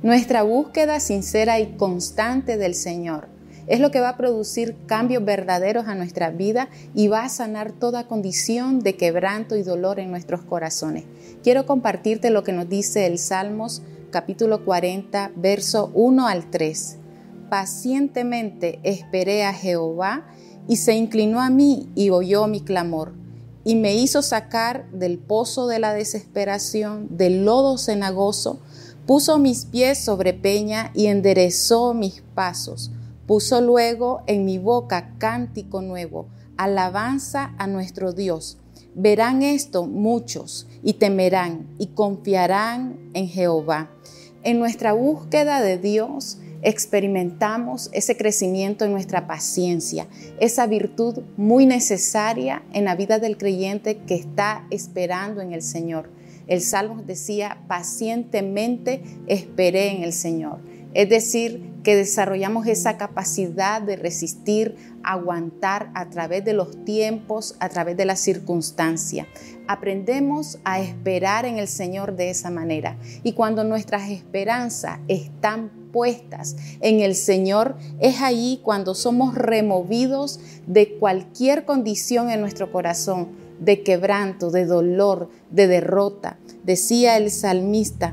Nuestra búsqueda sincera y constante del Señor es lo que va a producir cambios verdaderos a nuestra vida y va a sanar toda condición de quebranto y dolor en nuestros corazones. Quiero compartirte lo que nos dice el Salmos capítulo 40, verso 1 al 3. Pacientemente esperé a Jehová y se inclinó a mí y oyó mi clamor y me hizo sacar del pozo de la desesperación, del lodo cenagoso. Puso mis pies sobre peña y enderezó mis pasos. Puso luego en mi boca cántico nuevo, alabanza a nuestro Dios. Verán esto muchos y temerán y confiarán en Jehová. En nuestra búsqueda de Dios experimentamos ese crecimiento en nuestra paciencia, esa virtud muy necesaria en la vida del creyente que está esperando en el Señor. El Salmo decía, pacientemente esperé en el Señor. Es decir, que desarrollamos esa capacidad de resistir, aguantar a través de los tiempos, a través de las circunstancias. Aprendemos a esperar en el Señor de esa manera. Y cuando nuestras esperanzas están puestas en el Señor, es ahí cuando somos removidos de cualquier condición en nuestro corazón, de quebranto, de dolor, de derrota. Decía el salmista,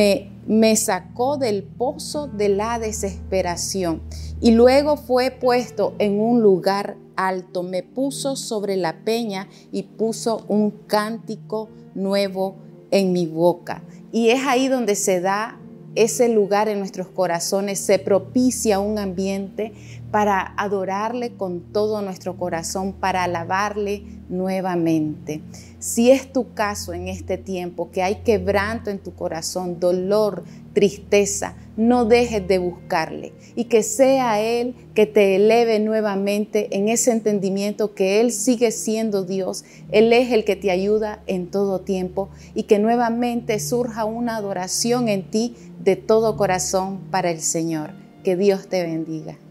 me sacó del pozo de la desesperación y luego fue puesto en un lugar alto, me puso sobre la peña y puso un cántico nuevo en mi boca. Y es ahí donde se da ese lugar en nuestros corazones, se propicia un ambiente para adorarle con todo nuestro corazón, para alabarle nuevamente. Si es tu caso en este tiempo, que hay quebranto en tu corazón, dolor, tristeza, no dejes de buscarle y que sea Él que te eleve nuevamente en ese entendimiento que Él sigue siendo Dios. Él es el que te ayuda en todo tiempo y que nuevamente surja una adoración en ti de todo corazón para el Señor. Que Dios te bendiga.